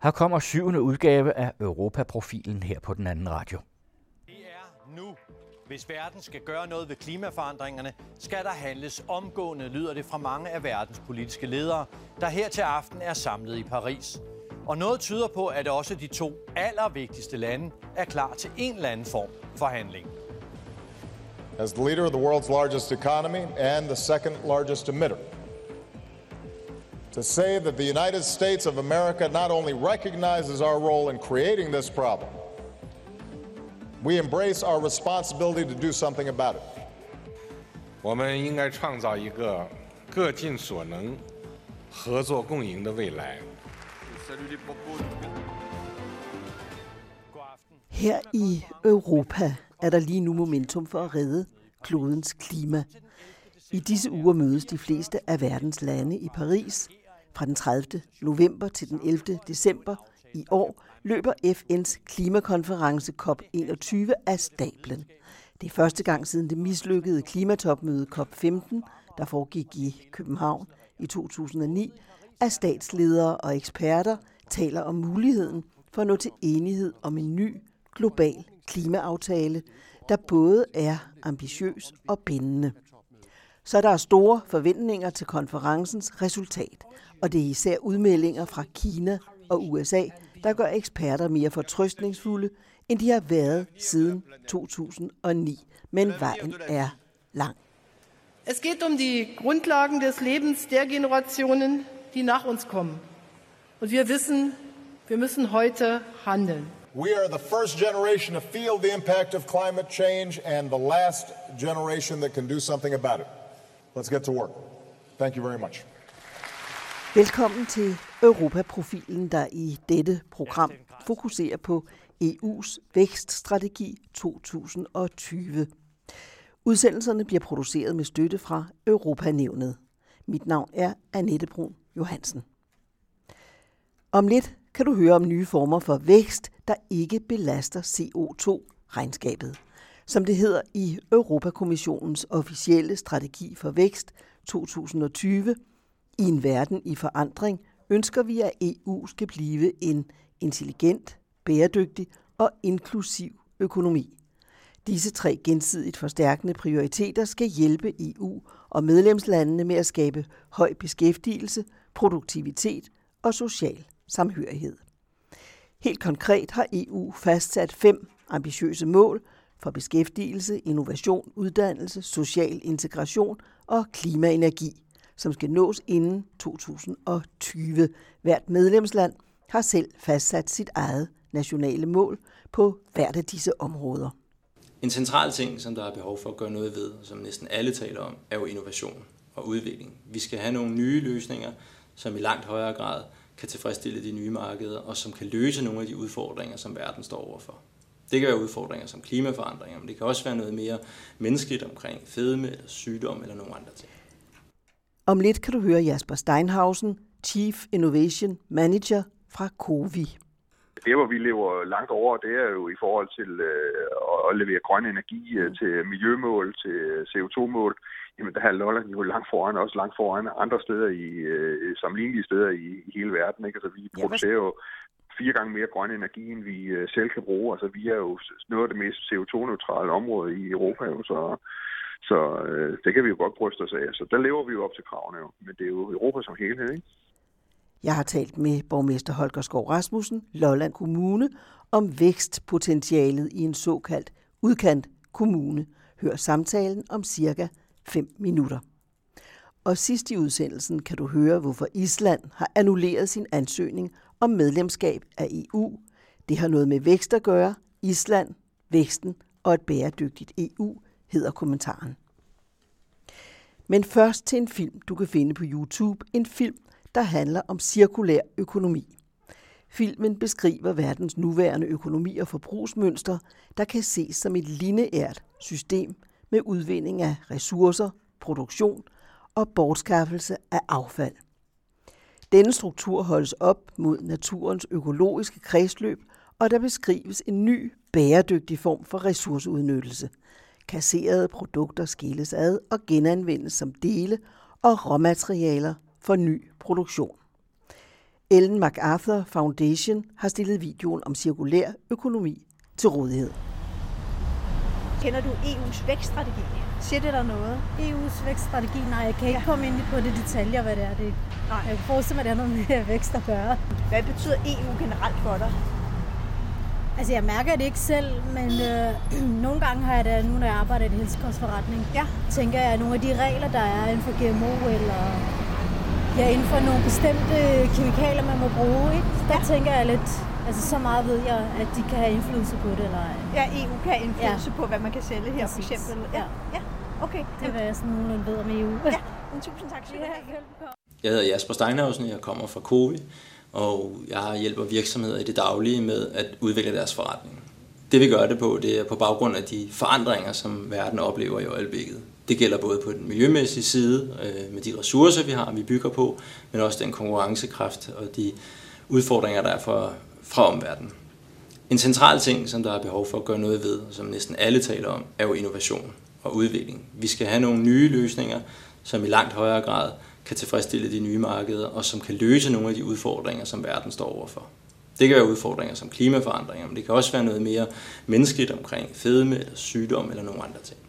Her kommer 7. udgave af Europa-profilen her på den anden radio. Det er nu. Hvis verden skal gøre noget ved klimaforandringerne, skal der handles omgående, lyder det fra mange af verdens politiske ledere, der her til aften er samlet i Paris. Og noget tyder på, at også de to allervigtigste lande er klar til en eller anden form for handling. As the leader of the world's largest economy and the second largest emitter, to say that the United States of America not only recognizes our role in creating this problem, we embrace our responsibility to do something about it. 我们应该创造一个各尽所能、合作共赢的未来。 Her i Europa er der lige nu momentum for at redde klodens klima. I disse uger mødes de fleste af verdens lande i Paris. Fra den 30. november til den 11. december i år løber FN's klimakonference COP21 af stablen. Det er første gang siden det mislykkede klimatopmøde COP15, der foregik i København i 2009, at statsledere og eksperter taler om muligheden for at nå til enighed om en ny global klimaaftale, der både er ambitiøs og bindende. Så der er store forventninger til konferencens resultat, og det er især udmeldinger fra Kina og USA, der gør eksperter mere fortrøstningsfulde, end de har været siden 2009. Men vejen er lang. Es geht um die Grundlagen des Lebens der Generationen, die nach uns kommen. Und wir wissen, wir müssen heute handeln. We are the first generation to feel the impact of climate change and the last generation that can do something about it. Let's get to work. Thank you very much. Velkommen til Europa-profilen, der i dette program fokuserer på EU's vækststrategi 2020. Udsendelserne bliver produceret med støtte fra Europanævnet. Mit navn er Annette Brun Johansen. Om lidt kan du høre om nye former for vækst, der ikke belaster CO2-regnskabet. Som det hedder i Europakommissionens officielle strategi for vækst 2020, i en verden i forandring, ønsker vi, at EU skal blive en intelligent, bæredygtig og inklusiv økonomi. Disse tre gensidigt forstærkende prioriteter skal hjælpe EU og medlemslandene med at skabe høj beskæftigelse, produktivitet og social samhørighed. Helt konkret har EU fastsat 5 ambitiøse mål for beskæftigelse, innovation, uddannelse, social integration og klimaenergi, som skal nås inden 2020. Hvert medlemsland har selv fastsat sit eget nationale mål på hvert af disse områder. En central ting, som der er behov for at gøre noget ved, som næsten alle taler om, er jo innovation og udvikling. Vi skal have nogle nye løsninger, som i langt højere grad kan tilfredsstille de nye markeder, og som kan løse nogle af de udfordringer, som verden står overfor. Det kan være udfordringer som klimaforandringer, men det kan også være noget mere menneskeligt omkring fedme eller sygdom eller nogle andre ting. Om lidt kan du høre Jasper Steinhausen, Chief Innovation Manager fra COWI. Det, hvor vi lever langt over, det er jo i forhold til at levere grøn energi til miljømål, til CO2-mål. Jamen, der er Lolland jo langt foran, også langt foran andre steder sammenlignelige steder i hele verden. Ikke? Altså, vi producerer jo 4 gange mere grøn energi, end vi selv kan bruge. Altså, vi er jo noget af det mest CO2-neutrale område i Europa, jo, så det kan vi jo godt bryste os af. Så der lever vi jo op til kravene, jo. Men det er jo Europa som helhed, ikke? Jeg har talt med borgmester Holger Skov Rasmussen, Lolland Kommune, om vækstpotentialet i en såkaldt udkant kommune. Hør samtalen om cirka 5 minutter. Og sidst i udsendelsen kan du høre, hvorfor Island har annulleret sin ansøgning om medlemskab af EU. Det har noget med vækst at gøre. Island, væksten og et bæredygtigt EU hedder kommentaren. Men først til en film, du kan finde på YouTube. En film, der handler om cirkulær økonomi. Filmen beskriver verdens nuværende økonomi og forbrugsmønster, der kan ses som et lineært system med udvinding af ressourcer, produktion og bortskaffelse af affald. Denne struktur holdes op mod naturens økologiske kredsløb, og der beskrives en ny, bæredygtig form for ressourceudnyttelse. Kasserede produkter skilles ad og genanvendes som dele og råmaterialer for ny produktion. Ellen MacArthur Foundation har stillet videoen om cirkulær økonomi til rådighed. Kender du EU's vækststrategi? Siger det der noget? EU's vækststrategi? Nej, jeg kan ikke komme ind på det detaljer, hvad det er. Nej. Jeg kan forestille mig, at det er noget med vækst at gøre. Hvad betyder EU generelt for dig? Altså, jeg mærker det ikke selv, men nogle gange har jeg da, nu når jeg arbejder i en helsekostforretning, tænker jeg, at nogle af de regler, der er inden for GMO, eller inden for nogle bestemte kemikalier, man må bruge, ikke? Der tænker jeg lidt, altså så meget ved jeg, at de kan have indflydelse på det, eller ej. Ja, EU kan have indflydelse på, hvad man kan sælge her, for eksempel. Ja, okay. Det er, hvad jeg sådan nogenlunde ved om EU. Ja, tusind tak skal du have. Jeg hedder Jasper Steinhausen, jeg kommer fra COVI, og jeg hjælper virksomheder i det daglige med at udvikle deres forretning. Det vi gør det på, det er på baggrund af de forandringer, som verden oplever i øjeblikket. Det gælder både på den miljømæssige side, med de ressourcer, vi bygger på, men også den konkurrencekraft og de udfordringer, der er fra omverdenen. En central ting, som der er behov for at gøre noget ved, som næsten alle taler om, er jo innovation og udvikling. Vi skal have nogle nye løsninger, som i langt højere grad kan tilfredsstille de nye markeder, og som kan løse nogle af de udfordringer, som verden står overfor. Det kan være udfordringer som klimaforandringer, men det kan også være noget mere menneskeligt omkring fedme eller sygdom eller nogle andre ting.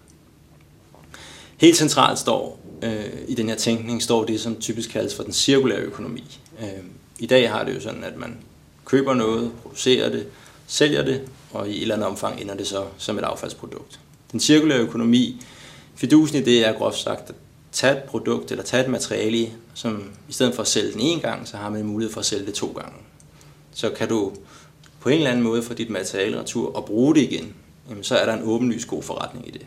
Helt centralt står i den her tænkning står det, som typisk kaldes for den cirkulære økonomi. I dag har det jo sådan, at man køber noget, producerer det, sælger det, og i et eller andet omfang ender det så som et affaldsprodukt. Den cirkulære økonomi, fidusen i det er groft sagt at tage et produkt eller tage et materiale, som i stedet for at sælge den en gang, så har man mulighed for at sælge det 2 gange. Så kan du på en eller anden måde få dit materiale retur og bruge det igen, så er der en åbenlys god forretning i det.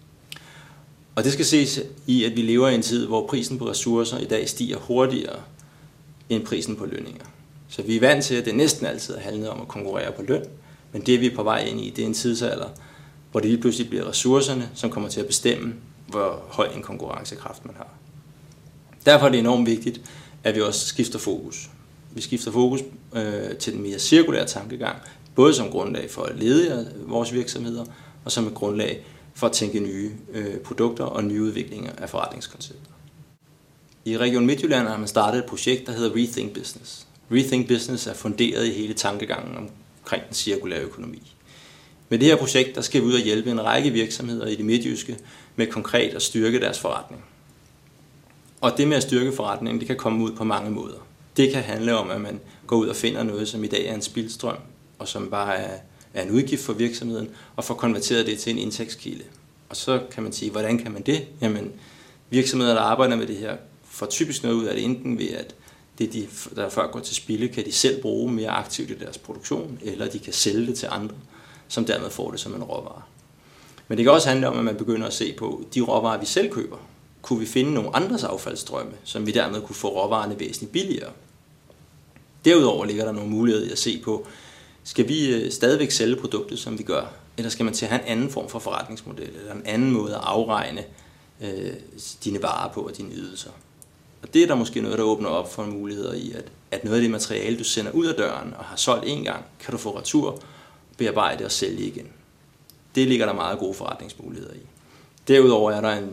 Og det skal ses i, at vi lever i en tid, hvor prisen på ressourcer i dag stiger hurtigere end prisen på lønninger. Så vi er vant til, at det næsten altid handler om at konkurrere på løn, men det vi er på vej ind i, det er en tidsalder, hvor det lige pludselig bliver ressourcerne, som kommer til at bestemme, hvor høj en konkurrencekraft man har. Derfor er det enormt vigtigt, at vi også skifter fokus. Vi skifter fokus til den mere cirkulære tankegang, både som grundlag for at lede vores virksomheder, og som et grundlag for at tænke nye produkter og nye udviklinger af forretningskoncepter. I Region Midtjylland har man startet et projekt, der hedder Rethink Business. Rethink Business er funderet i hele tankegangen omkring den cirkulære økonomi. Med det her projekt, der skal vi ud og hjælpe en række virksomheder i det midtjyske med konkret at styrke deres forretning. Og det med at styrke forretningen, det kan komme ud på mange måder. Det kan handle om, at man går ud og finder noget, som i dag er en spildstrøm, og som bare er en udgift for virksomheden, og får konverteret det til en indtægtskilde. Og så kan man sige, hvordan kan man det? Jamen, virksomheder, der arbejder med det her, får typisk noget ud af det, enten ved at det, der før går til spilde, kan de selv bruge mere aktivt i deres produktion, eller de kan sælge det til andre, som dermed får det som en råvare. Men det kan også handle om, at man begynder at se på de råvarer, vi selv køber. Kunne vi finde nogle andres affaldsstrømme, som vi dermed kunne få råvarerne væsentligt billigere? Derudover ligger der nogle muligheder i at se på, skal vi stadigvæk sælge produktet, som vi gør, eller skal man til at have en anden form for forretningsmodel, eller en anden måde at afregne dine varer på og dine ydelser. Og det er der måske noget, der åbner op for muligheder i, at noget af det materiale, du sender ud af døren og har solgt en gang, kan du få retur, bearbejde og sælge igen. Det ligger der meget gode forretningsmuligheder i. Derudover er der en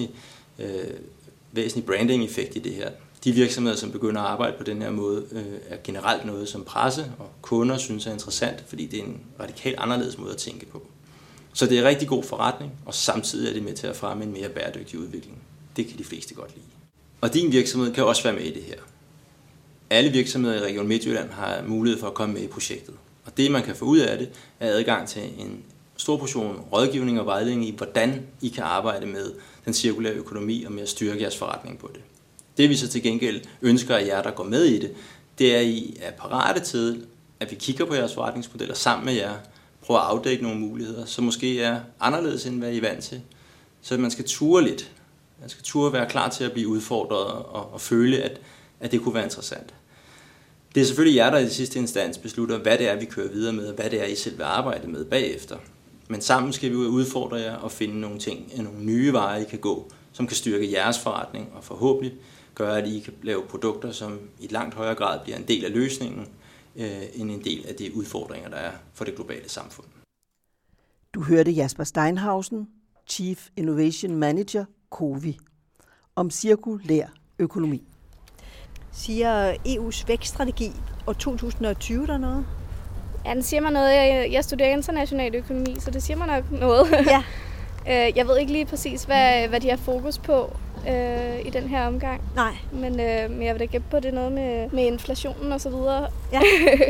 væsentlig branding-effekt i det her. De virksomheder, som begynder at arbejde på den her måde, er generelt noget, som presse og kunder synes er interessant, fordi det er en radikalt anderledes måde at tænke på. Så det er en rigtig god forretning, og samtidig er det med til at fremme en mere bæredygtig udvikling. Det kan de fleste godt lide. Og din virksomhed kan også være med i det her. Alle virksomheder i Region Midtjylland har mulighed for at komme med i projektet. Og det, man kan få ud af det, er adgang til en stor portion rådgivning og vejledning i, hvordan I kan arbejde med den cirkulære økonomi og med at styrke jeres forretning på det. Det vi så til gengæld ønsker af jer, der går med i det, det er, at I er parate til, at vi kigger på jeres forretningsmodeller sammen med jer, prøver at afdække nogle muligheder, som måske er anderledes end hvad I er vant til. Så man skal ture lidt. Man skal ture være klar til at blive udfordret og føle, at det kunne være interessant. Det er selvfølgelig jer, der i sidste instans beslutter, hvad det er, vi kører videre med, og hvad det er, I selv vil arbejde med bagefter. Men sammen skal vi udfordre jer og finde nogle ting, nogle nye veje, I kan gå, som kan styrke jeres forretning og forhåbentlig gøre, at I kan lave produkter, som i langt højere grad bliver en del af løsningen, end en del af de udfordringer, der er for det globale samfund. Du hørte Jasper Steinhausen, Chief Innovation Manager, COVI, om cirkulær økonomi. Siger EU's vækststrategi år 2020 der noget? Ja, den siger mig noget. Jeg studerer international økonomi, så det siger mig nok noget. Ja. Jeg ved ikke lige præcis, hvad de har fokus på i den her omgang. Nej. Men jeg vil da gætte på, det er noget med inflationen og så videre. Ja.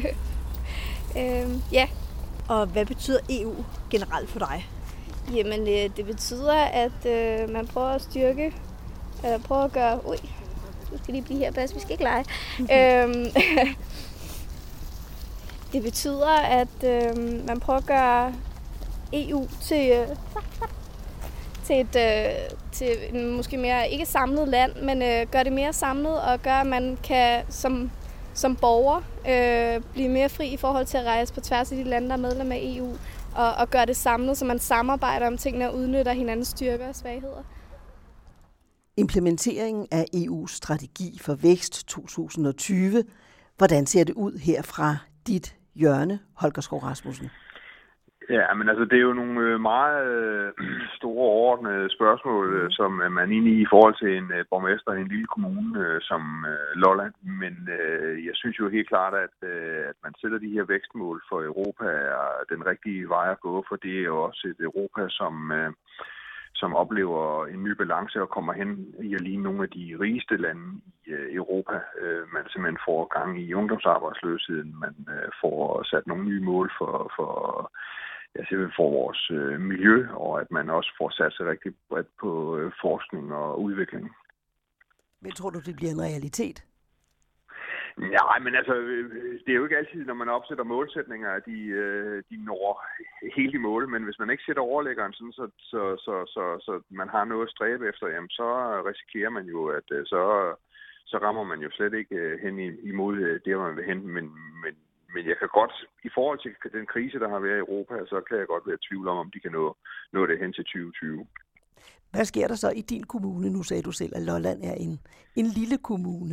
Ja. Og hvad betyder EU generelt for dig? Jamen, det betyder, at man prøver at styrke, eller prøver at gøre... Ui, du skal lige blive her, Bas, vi skal ikke lege. Det betyder, at man prøver at gøre EU til en måske mere ikke samlet land, men gøre det mere samlet og gøre, at man kan som borger blive mere fri i forhold til at rejse på tværs af de lande, der er medlem af EU, og gøre det samlet, så man samarbejder om tingene og udnytter hinandens styrker og svagheder. Implementeringen af EU's strategi for vækst 2020. Hvordan ser det ud her fra dit hjørne, Holger Skov Rasmussen? Ja, men altså, det er jo nogle meget store overordnede spørgsmål, som man er inde i forhold til en borgmester i en lille kommune som Lolland. Men jeg synes jo helt klart, at man sætter de her vækstmål for Europa er den rigtige vej at gå, for det er jo også et Europa, som oplever en ny balance og kommer hen i at ligne nogle af de rigeste lande i Europa. Man simpelthen får gang i ungdomsarbejdsløsheden, man får sat nogle nye mål for vores miljø, og at man også får sat sig rigtig bredt på forskning og udvikling. Men tror du, det bliver en realitet? Nej, men altså, det er jo ikke altid, når man opsætter målsætninger, at de når helt i mål, men hvis man ikke sætter overlæggeren sådan, så man har noget at stræbe efter, jamen, så risikerer man jo, at så rammer man jo slet ikke hen imod det, man vil hen, men jeg kan godt, i forhold til den krise, der har været i Europa, så kan jeg godt være i tvivl om de kan nå det hen til 2020. Hvad sker der så i din kommune? Nu sagde du selv, at Lolland er en lille kommune.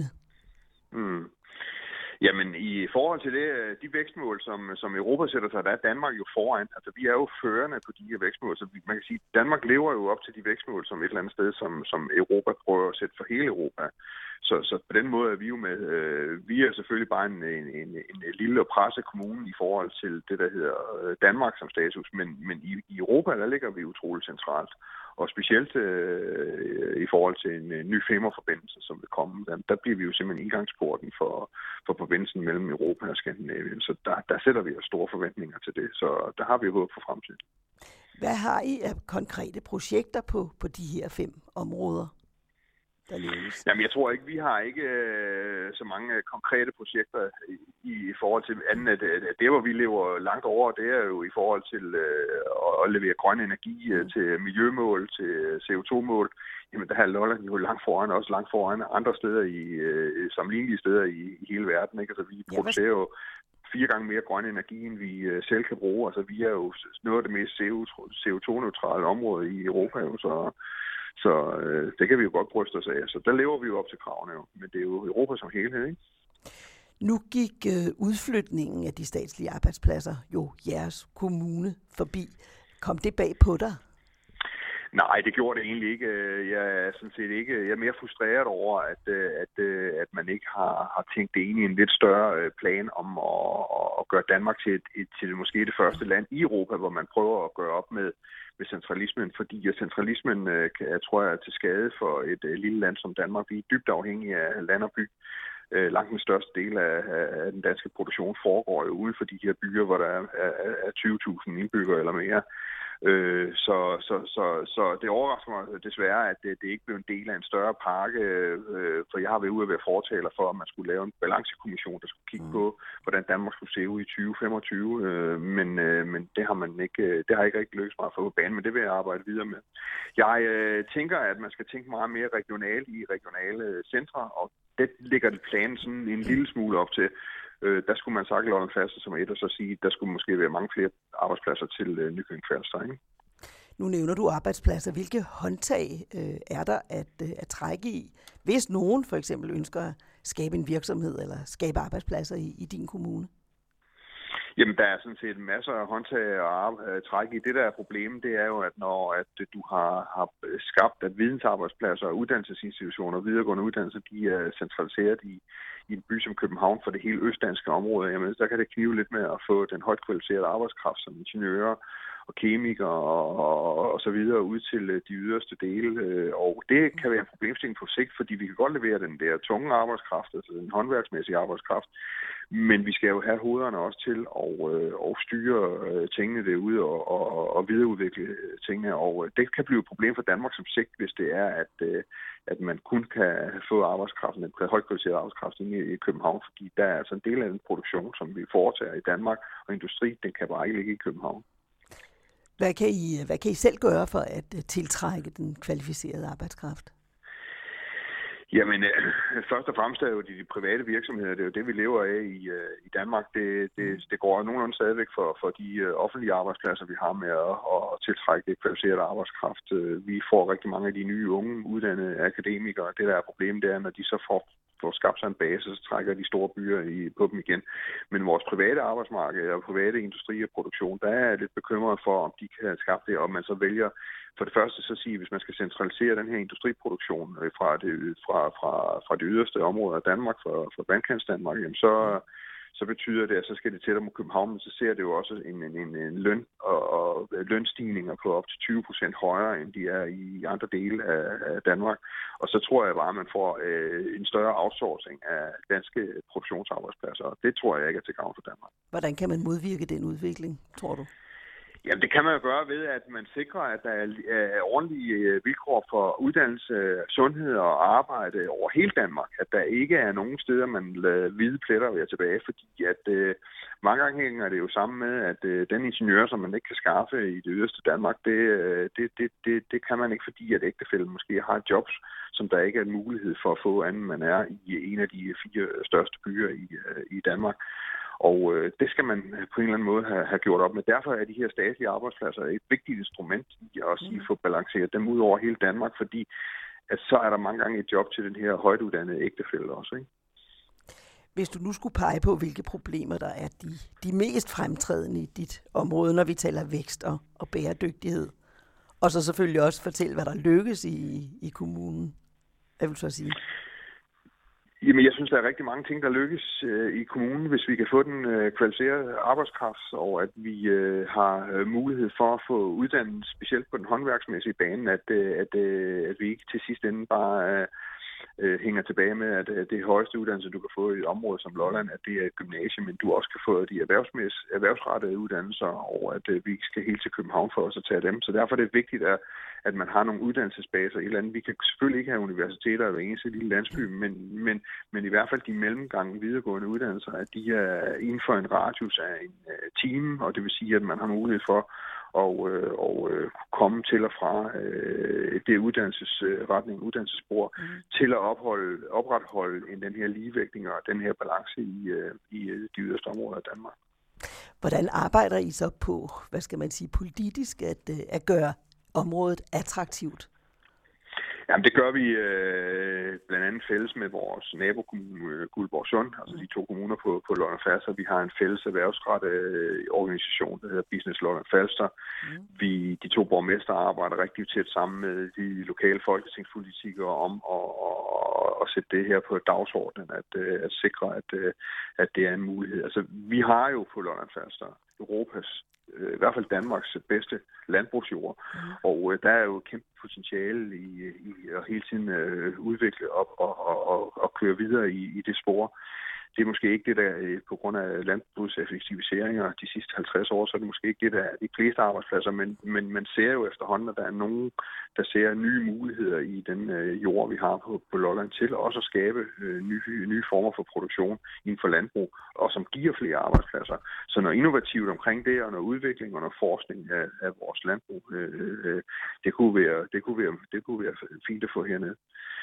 Jamen, i forhold til de vækstmål, som Europa sætter sig, der er Danmark jo foran. Altså, vi er jo førende på de her vækstmål, så man kan sige, at Danmark lever jo op til de vækstmål som et eller andet sted, som Europa prøver at sætte for hele Europa. Så på den måde er vi jo med. Vi er selvfølgelig bare en lille og presset kommune i forhold til det, der hedder Danmark som status, men i Europa, der ligger vi utroligt centralt. Og specielt i forhold til en ny Femern-forbindelse, som vil komme, der bliver vi jo simpelthen indgangsporten for forbindelsen mellem Europa og Skandinavien. Så der sætter vi jo store forventninger til det, så der har vi jo håb for fremtiden. Hvad har I af konkrete projekter på de her 5 områder, der leves? Jamen, jeg tror ikke, vi har ikke så mange konkrete projekter i forhold til anden, at det, hvor vi lever langt over, det er jo i forhold til at levere grøn energi til miljømål, til CO2-mål. Jamen, der har Lolland jo langt foran andre steder sammenlignelige steder i hele verden, ikke? Altså, vi producerer jo 4 gange mere grøn energi, end vi selv kan bruge. Altså, vi er jo noget af det mest CO2-neutrale område i Europa, jo, så det kan vi jo godt bryste os af. Så der lever vi jo op til kravene jo. Men det er jo Europa som helhed, ikke? Nu gik udflytningen af de statslige arbejdspladser jo jeres kommune forbi. Kom det bag på dig? Nej, det gjorde det egentlig ikke. Jeg er sådan set ikke. Jeg er mere frustreret over, at man ikke har tænkt det ind i en lidt større plan om at gøre Danmark til måske det første land i Europa, hvor man prøver at gøre op med centralismen, fordi centralismen tror jeg er til skade for et lille land som Danmark. Vi er dybt afhængige af land og by. Langt den største del af den danske produktion foregår jo ude for de her byer, hvor der er 20.000 indbyggere eller mere. Så det overrasker mig desværre, at det ikke blev en del af en større pakke, for jeg har været ude at være fortaler for, at man skulle lave en balancekommission, der skulle kigge på, hvordan Danmark skulle se ud i 2025, men det har man ikke, det har ikke rigtig lykkes mig at få på banen, men det vil jeg arbejde videre med. Jeg tænker, at man skal tænke meget mere regionalt i regionale centre, og det ligger planen sådan en lille smule op til. Der skulle man sagt Lolland Falster som et, og så sige, at der skulle måske være mange flere arbejdspladser til Nykøbing Falster, ikke? Nu nævner du arbejdspladser. Hvilke håndtag er der at trække i, hvis nogen for eksempel ønsker at skabe en virksomhed eller skabe arbejdspladser i din kommune? Jamen, der er sådan set masser af håndtag og træk i. Det, der er problemet, det er jo, at når du har skabt, at vidensarbejdspladser og uddannelsesinstitutioner og videregående uddannelser, de er centraliseret i en by som København for det hele østdanske område, jamen, der kan det knive lidt med at få den højt kvalificerede arbejdskraft som ingeniører og kemikere og så videre ud til de yderste dele. Og det kan være en problemstilling på sigt, fordi vi kan godt levere den der tunge arbejdskraft, altså den håndværksmæssige arbejdskraft, men vi skal jo have hovederne også til at styre tingene derude og videreudvikle tingene. Og det kan blive et problem for Danmark som sigt, hvis det er, at man kun kan få arbejdskraften, den højt kvalificeret arbejdskraft i København, fordi der er altså en del af den produktion, som vi foretager i Danmark, og industri, den kan bare ikke ligge i København. Hvad kan I selv gøre for at tiltrække den kvalificerede arbejdskraft? Jamen, først og fremmest er jo de private virksomheder, det er jo det, vi lever af i Danmark. Det går nogenlunde stadigvæk for de offentlige arbejdspladser, vi har med at tiltrække kvalificeret arbejdskraft. Vi får rigtig mange af de nye unge uddannede akademikere. Det, der er problemet, det er, når de så får skabt sig en base, så trækker de store byer på dem igen. Men vores private arbejdsmarked og private industri og produktion, der er jeg lidt bekymret for, om de kan skaffe det, og man så vælger for det første så sige, hvis man skal centralisere den her industriproduktion fra det yderste område af Danmark, fra Vandkants Danmark, jamen så betyder det, at så skal det tættere mod København, men så ser det jo også en løn og lønstigninger på op til 20% højere, end de er i andre dele af Danmark. Og så tror jeg bare, at man får en større outsourcing af danske produktionsarbejdspladser, og det tror jeg ikke er til gavn for Danmark. Hvordan kan man modvirke den udvikling, tror du? Jamen, det kan man jo gøre ved, at man sikrer, at der er ordentlige vilkår for uddannelse, sundhed og arbejde over hele Danmark. At der ikke er nogen steder, man lader hvide pletter være tilbage, fordi at mange gange hænger det jo sammen med, at den ingeniør, som man ikke kan skaffe i det yderste Danmark, det kan man ikke, fordi at ægtefælden måske har jobs, som der ikke er mulighed for at få, anden man er i en af de 4 største byer i Danmark. Og det skal man på en eller anden måde have gjort op med. Derfor er de her statslige arbejdspladser et vigtigt instrument i at få balanceret dem ud over hele Danmark, fordi at så er der mange gange et job til den her højtuddannede ægtefælle også, ikke? Hvis du nu skulle pege på, hvilke problemer der er de mest fremtrædende i dit område, når vi taler vækst og bæredygtighed, og så selvfølgelig også fortælle, hvad der lykkes i kommunen, hvad vil du så sige? Jamen, jeg synes, der er rigtig mange ting, der lykkes i kommunen, hvis vi kan få den kvalificerede arbejdskraft, og at vi har mulighed for at få uddannet, specielt på den håndværksmæssige bane, at vi ikke til sidst ende bare hænger tilbage med, at det højeste uddannelse, du kan få i et område som Lolland, at det er et gymnasium, men du også kan få de erhvervsrettede uddannelser, og at vi ikke skal helt til København for os at tage dem. Så derfor er det vigtigt, at man har nogle uddannelsesbaser i et eller andet. Vi kan selvfølgelig ikke have universiteter i eneste lille landsby, men i hvert fald de mellemgange videregående uddannelser, at de er inden for en radius af en time, og det vil sige, at man har mulighed for og komme til og fra det uddannelsesspor til at opretholde den her ligevægtning og den her balance i de yderste områder af Danmark. Hvordan arbejder I så på, hvad skal man sige, politisk at gøre området attraktivt? Jamen, det gør vi blandt andet fælles med vores nabokommune Guldborgsund, altså de 2 kommuner på Lolland-Falster. Vi har en fælles erhvervsrettet organisation, der hedder Business Lolland-Falster. De 2 borgmestre arbejder rigtig tæt sammen med de lokale folketingspolitikere om at sætte det her på dagsordenen, at sikre, at det er en mulighed. Altså, vi har jo på Lolland-Falster Europas, i hvert fald Danmarks bedste landbrugsjord. Og der er jo et kæmpe potentiale i at hele tiden udvikle op og køre videre i det spor. Det er måske ikke det, der på grund af landbrugseffektiviseringer de sidste 50 år, så er det måske ikke det, der er de fleste arbejdspladser, men man ser jo efterhånden, at der er nogen, der ser nye muligheder i den jord, vi har på Lolland, til også at skabe nye former for produktion inden for landbrug, og som giver flere arbejdspladser. Så noget innovativt omkring det, og noget udvikling og noget forskning af vores landbrug, det kunne være fint at få hernede.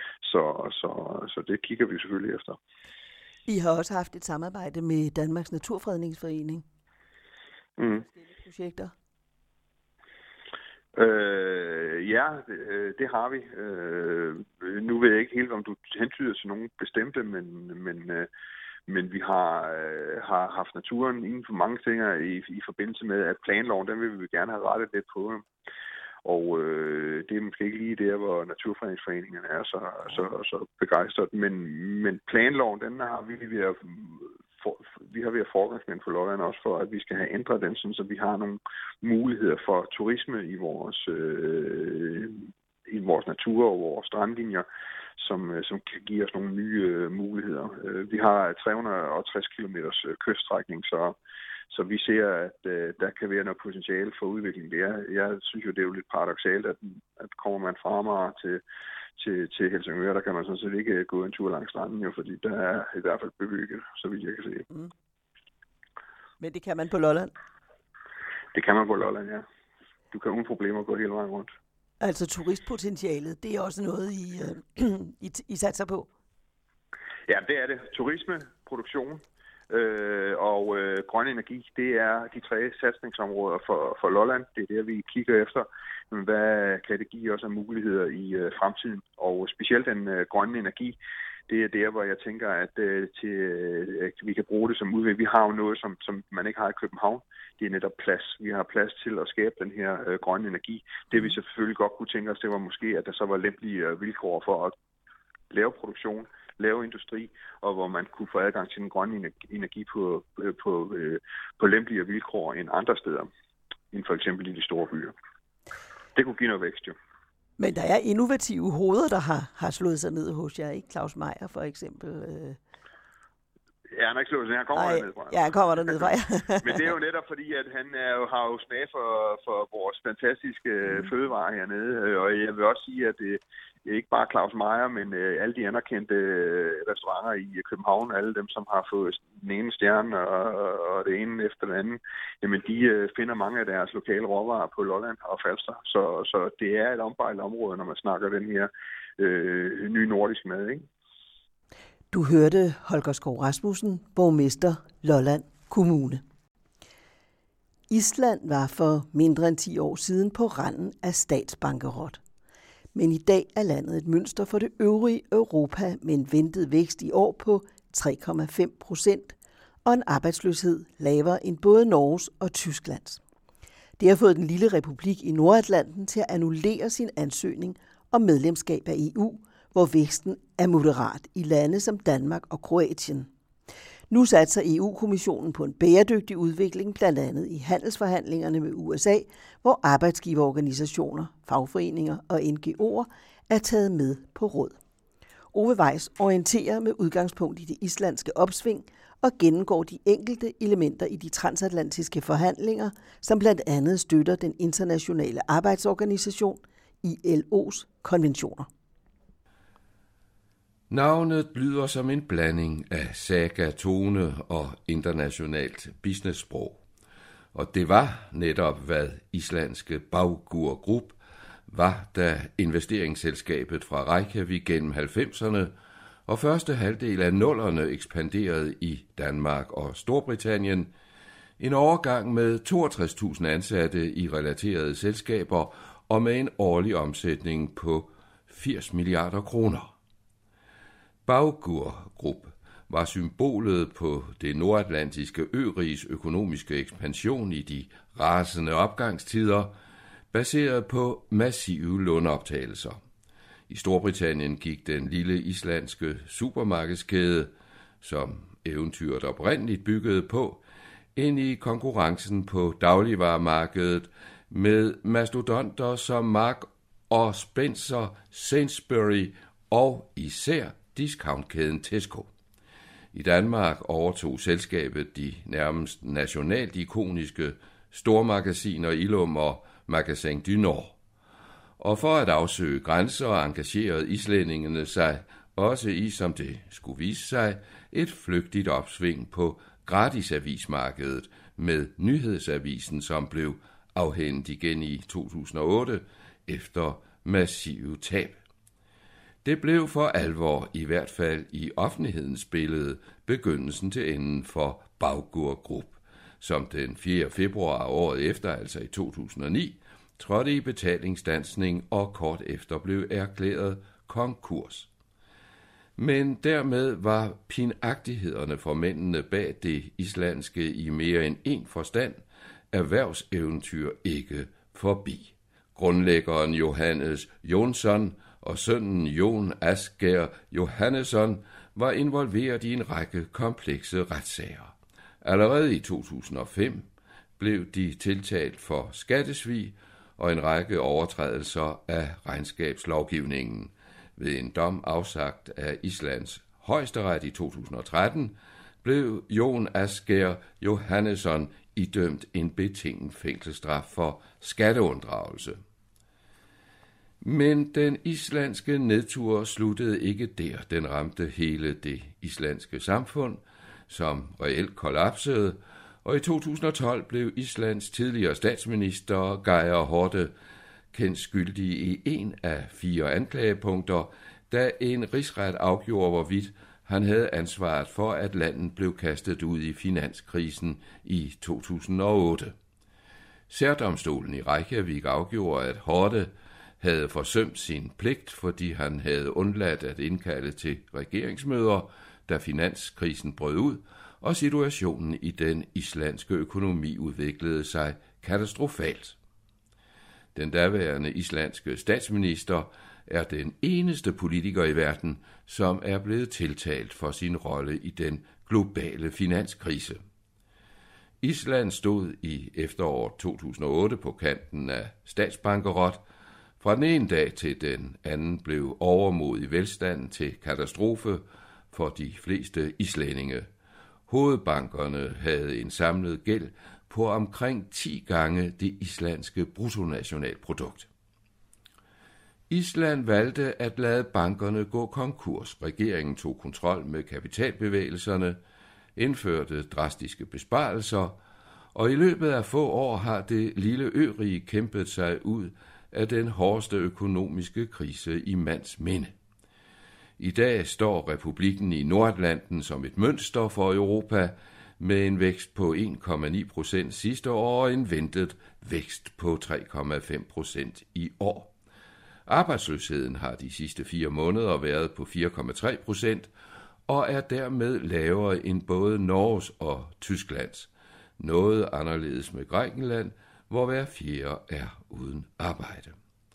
Så det kigger vi selvfølgelig efter. I har også haft et samarbejde med Danmarks Naturfredningsforening. Projekter. Ja, det har vi. Men nu ved jeg ikke helt, om du hentyder til nogen bestemte, Men vi har haft naturen inden for mange ting i forbindelse med, at planloven, den vil vi gerne have rettet lidt på. Og det er måske ikke lige der, hvor Naturfredningsforeningerne er så begejstret. Men planloven, den har vi har ved at forgangsmænd for Lolland også for, at vi skal have ændret den, så vi har nogle muligheder for turisme i vores natur og vores strandlinjer, som kan give os nogle nye muligheder. Vi har 360 kilometers kyststrækning, så vi ser, at der kan være noget potentiale for udvikling der. Jeg synes jo, det er jo lidt paradoksalt, at kommer man fra Amager til Helsingør, der kan man sådan set ikke gå en tur langs stranden, jo, fordi der er i hvert fald bebygget, så vidt jeg kan se. Mm. Men det kan man på Lolland? Det kan man på Lolland, ja. Du kan uden problemer gå hele vejen rundt. Altså turistpotentialet, det er også noget, I satser på? Ja, det er det. Turisme, produktion og grøn energi, det er de 3 satsningsområder for Lolland. Det er der, vi kigger efter. Hvad kan det give os af muligheder i fremtiden? Og specielt den grønne energi, det er der, hvor jeg tænker, at vi kan bruge det som udvikling. Vi har jo noget, som man ikke har i København. Det er netop plads. Vi har plads til at skabe den her grønne energi. Det vi selvfølgelig godt kunne tænke os, det var måske, at der så var lempelige vilkår for at lave produktion, lave industri, og hvor man kunne få adgang til den grønne energi på lempelige vilkår end andre steder, end for eksempel i de store byer. Det kunne give noget vækst, jo. Men der er innovative hoveder, der har slået sig ned hos jer, ikke? Claus Meyer for eksempel. Ja, han har ikke slået sig ned. Han kommer dernede fra. Ja, han kommer dernede fra, ja. Men det er jo netop fordi, at han har jo smag for vores fantastiske fødevarer hernede. Og jeg vil også sige, at det er ikke bare Claus Meyer, men alle de anerkendte restauranter i København, alle dem, som har fået den ene stjerne og det ene efter den anden, jamen de finder mange af deres lokale råvarer på Lolland og Falster. Så det er et ombejlet område, når man snakker den her nye nordisk mad, ikke? Du hørte Holger Skov Rasmussen, borgmester Lolland Kommune. Island var for mindre end 10 år siden på randen af statsbankerot. Men i dag er landet et mønster for det øvrige Europa med en ventet vækst i år på 3,5% og en arbejdsløshed lavere end både Norges og Tysklands. Det har fået den lille republik i Nordatlanten til at annullere sin ansøgning om medlemskab af EU, hvor væksten er moderat i lande som Danmark og Kroatien. Nu satser EU-kommissionen på en bæredygtig udvikling, blandt andet i handelsforhandlingerne med USA, hvor arbejdsgiverorganisationer, fagforeninger og NGO'er er taget med på råd. Ove Weiss orienterer med udgangspunkt i det islandske opsving og gennemgår de enkelte elementer i de transatlantiske forhandlinger, som blandt andet støtter den internationale arbejdsorganisation, ILO's konventioner. Navnet lyder som en blanding af saga-tone og internationalt businesssprog. Og det var netop, hvad islandske Baugur Group var, da investeringsselskabet fra Reykjavik gennem 90'erne og første halvdel af 00'erne ekspanderede i Danmark og Storbritannien. En overgang med 62.000 ansatte i relaterede selskaber og med en årlig omsætning på 80 milliarder kroner. Baugur Group var symbolet på det nordatlantiske øriges økonomiske ekspansion i de rasende opgangstider, baseret på massive låneoptagelser. I Storbritannien gik den lille islandske supermarkedskæde, som eventyret oprindeligt byggede på, ind i konkurrencen på dagligvaremarkedet med mastodonter som Mark og Spencer, Sainsbury og især discountkæden Tesco. I Danmark overtog selskabet de nærmest nationalt ikoniske stormagasiner Illum og Magasin du Nord. Og for at afsøge grænser engagerede islændingene sig også i, som det skulle vise sig, et flygtigt opsving på gratisavismarkedet med nyhedsavisen, som blev afhændet igen i 2008 efter massive tab. Det blev for alvor, i hvert fald i offentlighedens billede, begyndelsen til enden for Baugur Group, som den 4. februar året efter, altså i 2009, trådte i betalingsstandsning og kort efter blev erklæret konkurs. Men dermed var pinagtighederne for mændene bag det islandske i mere end en forstand erhvervseventyr ikke forbi. Grundlæggeren Johannes Jonsson og sønnen Jon Asger Johannesson var involveret i en række komplekse retssager. Allerede i 2005 blev de tiltalt for skattesvig og en række overtrædelser af regnskabslovgivningen. Ved en dom afsagt af Islands højesteret i 2013 blev Jon Asger Johannesson idømt en betinget fængselsstraf for skatteunddragelse. Men den islandske nedtur sluttede ikke der. Den ramte hele det islandske samfund, som reelt kollapsede, og i 2012 blev Islands tidligere statsminister Geir Haarde kendt skyldig i en af 4 anklagepunkter, da en rigsret afgjorde, hvorvidt han havde ansvaret for, at landet blev kastet ud i finanskrisen i 2008. Særdomstolen i Reykjavik afgjorde, at Haarde havde forsømt sin pligt, fordi han havde undladt at indkalde til regeringsmøder, da finanskrisen brød ud, og situationen i den islandske økonomi udviklede sig katastrofalt. Den daværende islandske statsminister er den eneste politiker i verden, som er blevet tiltalt for sin rolle i den globale finanskrise. Island stod i efteråret 2008 på kanten af statsbankerot. Fra den ene dag til den anden blev overmodig velstand til katastrofe for de fleste islændinge. Hovedbankerne havde en samlet gæld på omkring 10 gange det islandske bruttonationalprodukt. Island valgte at lade bankerne gå konkurs. Regeringen tog kontrol med kapitalbevægelserne, indførte drastiske besparelser, og i løbet af få år har det lille ørige kæmpet sig ud af den hårdeste økonomiske krise i mands minde. I dag står republikken i Nordatlanten som et mønster for Europa, med en vækst på 1,9% sidste år og en ventet vækst på 3,5% i år. Arbejdsløsheden har de sidste 4 måneder været på 4,3% og er dermed lavere end både Norges og Tysklands. Noget anderledes med Grækenland, hvor hver 4. er uden arbejde.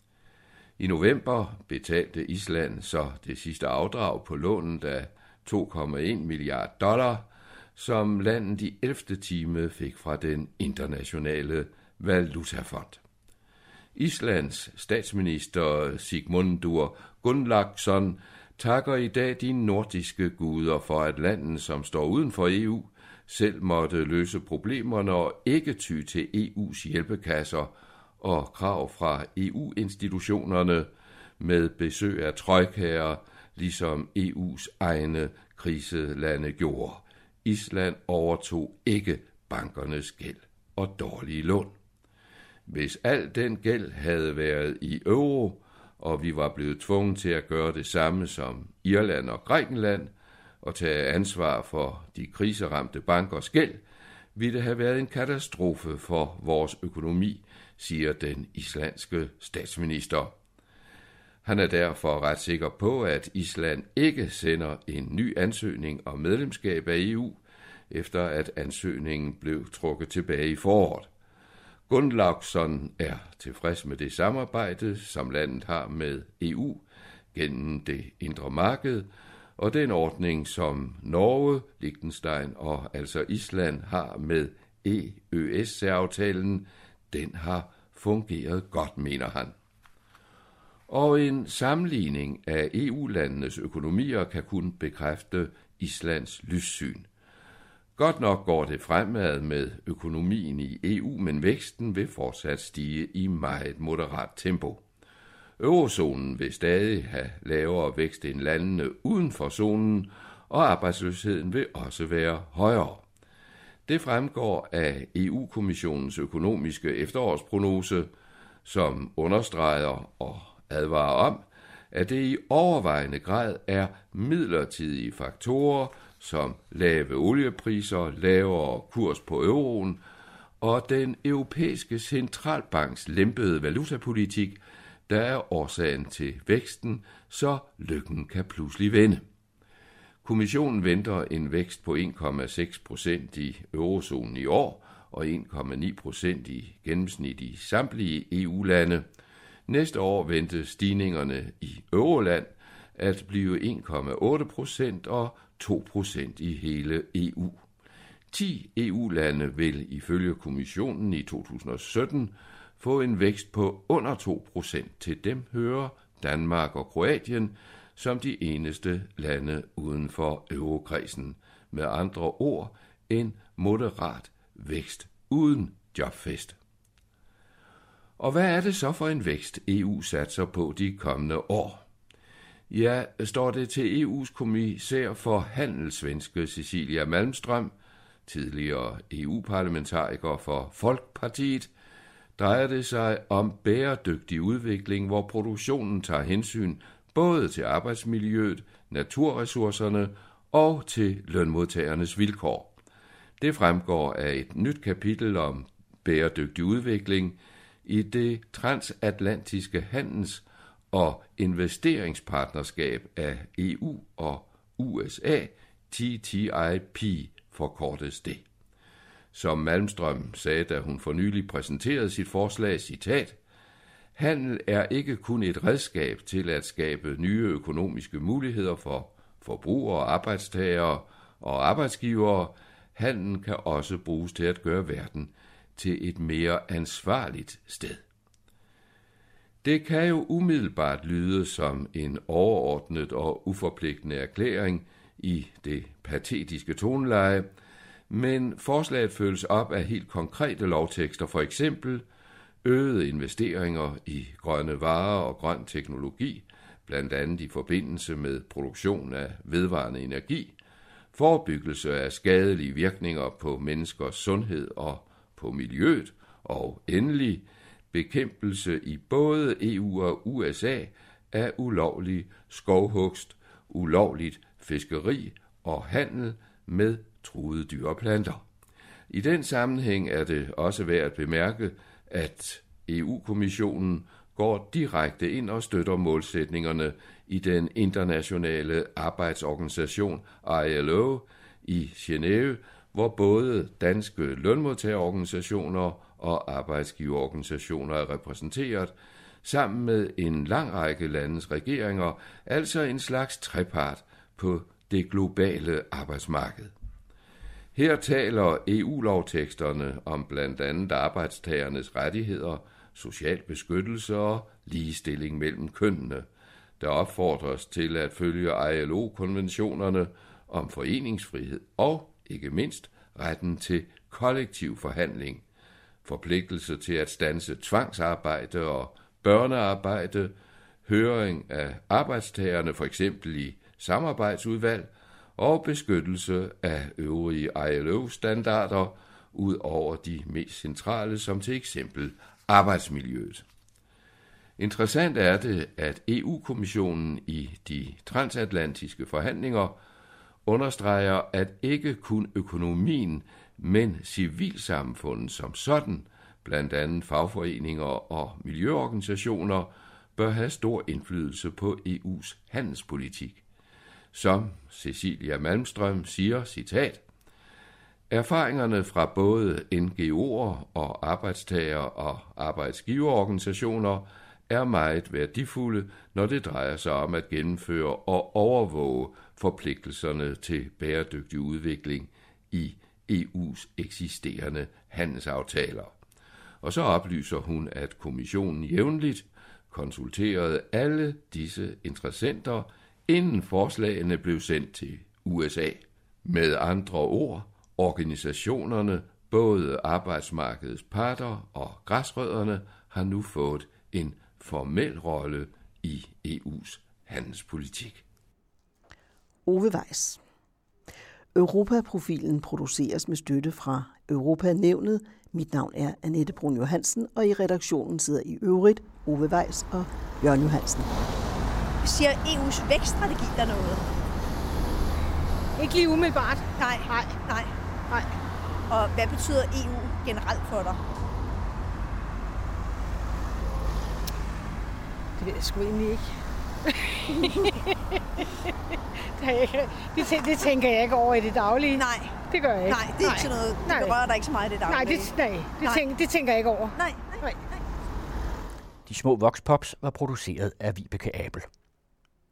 I november betalte Island så det sidste afdrag på lånet af $2,1 milliard, som landet i 11. time fik fra den internationale valutafond. Islands statsminister Sigmundur Gunnlaugsson takker i dag de nordiske guder for, at landet, som står uden for EU, selv måtte løse problemerne og ikke ty til EU's hjælpekasser og krav fra EU-institutionerne med besøg af trojkaer, ligesom EU's egne kriselande gjorde. Island overtog ikke bankernes gæld og dårlige lån. Hvis al den gæld havde været i euro, og vi var blevet tvunget til at gøre det samme som Irland og Grækenland, og tage ansvar for de kriseramte bankers gæld, ville det have været en katastrofe for vores økonomi, siger den islandske statsminister. Han er derfor ret sikker på, at Island ikke sender en ny ansøgning om medlemskab af EU, efter at ansøgningen blev trukket tilbage i foråret. Gunnlaugsson er tilfreds med det samarbejde, som landet har med EU gennem det indre marked, og den ordning, som Norge, Liechtenstein og altså Island har med EØS-aftalen, den har fungeret godt, mener han. Og en sammenligning af EU-landenes økonomier kan kun bekræfte Islands lyssyn. Godt nok går det fremad med økonomien i EU, men væksten vil fortsat stige i meget moderat tempo. Eurozonen vil stadig have lavere vækst end landene uden for zonen, og arbejdsløsheden vil også være højere. Det fremgår af EU-kommissionens økonomiske efterårsprognose, som understreger og advarer om, at det i overvejende grad er midlertidige faktorer, som lave oliepriser, lavere kurs på euroen og den europæiske centralbanks lempede valutapolitik, der er årsagen til væksten, så lykken kan pludselig vende. Kommissionen venter en vækst på 1,6% i eurozonen i år og 1,9% i gennemsnit i samtlige EU-lande. Næste år ventes stigningerne i Euroland at blive 1,8% og 2% i hele EU. 10 EU-lande vil ifølge kommissionen i 2017 få en vækst på under 2%. Til dem hører Danmark og Kroatien som de eneste lande uden for eurokredsen. Med andre ord en moderat vækst uden jobfest. Og hvad er det så for en vækst, EU satser på de kommende år? Ja, står det til EU's kommissær for handel, svenske Cecilia Malmström, tidligere EU-parlamentariker for Folkpartiet, drejer det sig om bæredygtig udvikling, hvor produktionen tager hensyn både til arbejdsmiljøet, naturressourcerne og til lønmodtagernes vilkår. Det fremgår af et nyt kapitel om bæredygtig udvikling i det transatlantiske handels- og investeringspartnerskab af EU og USA, TTIP forkortes det. Som Malmström sagde, da hun for nylig præsenterede sit forslag, citat, handel er ikke kun et redskab til at skabe nye økonomiske muligheder for forbrugere, arbejdstagere og arbejdsgivere. Handelen kan også bruges til at gøre verden til et mere ansvarligt sted. Det kan jo umiddelbart lyde som en overordnet og uforpligtende erklæring i det patetiske toneleje, men forslaget følges op af helt konkrete lovtekster, for eksempel øgede investeringer i grønne varer og grøn teknologi, blandt andet i forbindelse med produktion af vedvarende energi, forebyggelse af skadelige virkninger på menneskers sundhed og på miljøet, og endelig bekæmpelse i både EU og USA af ulovlig skovhugst, ulovligt fiskeri og handel med truede dyr og planter. I den sammenhæng er det også værd at bemærke, at EU-kommissionen går direkte ind og støtter målsætningerne i den internationale arbejdsorganisation ILO i Genève, hvor både danske lønmodtagerorganisationer og arbejdsgiverorganisationer er repræsenteret, sammen med en lang række landes regeringer, altså en slags trepart på det globale arbejdsmarked. Her taler EU-lovteksterne om blandt andet arbejdstagernes rettigheder, social beskyttelse og ligestilling mellem kønnene. Der opfordres til at følge ILO-konventionerne om foreningsfrihed og, ikke mindst, retten til kollektiv forhandling, forpligtelse til at standse tvangsarbejde og børnearbejde, høring af arbejdstagerne for eksempel i samarbejdsudvalg og beskyttelse af øvrige ILO-standarder ud over de mest centrale, som til eksempel arbejdsmiljøet. Interessant er det, at EU-kommissionen i de transatlantiske forhandlinger understreger, at ikke kun økonomien, men civilsamfundet som sådan, blandt andet fagforeninger og miljøorganisationer, bør have stor indflydelse på EU's handelspolitik. Som Cecilia Malmström siger, citat, erfaringerne fra både NGO'er og arbejdstager- og arbejdsgiverorganisationer er meget værdifulde, når det drejer sig om at gennemføre og overvåge forpligtelserne til bæredygtig udvikling i EU's eksisterende handelsaftaler. Og så oplyser hun, at kommissionen jævnligt konsulterede alle disse interessenter, inden forslagene blev sendt til USA. Med andre ord, organisationerne, både arbejdsmarkedets parter og græsrødderne, har nu fået en formel rolle i EU's handelspolitik. Ove Weiss. Europaprofilen produceres med støtte fra Europanævnet. Mit navn er Annette Brun Johansen, og i redaktionen sidder i øvrigt Ove Weiss og Jørgen Johansen. Siger EU's vækststrategi der noget? Ikke lige umiddelbart. Nej. Og hvad betyder EU generelt for dig? Det ved jeg sgu egentlig ikke. Det Det tænker jeg ikke over i det daglige. Nej. Det gør jeg ikke. Nej, det er ikke sådan noget, det berører dig ikke så meget i det daglige. Det tænker jeg ikke over. Nej. De små vokspops var produceret af Vibeke Abel.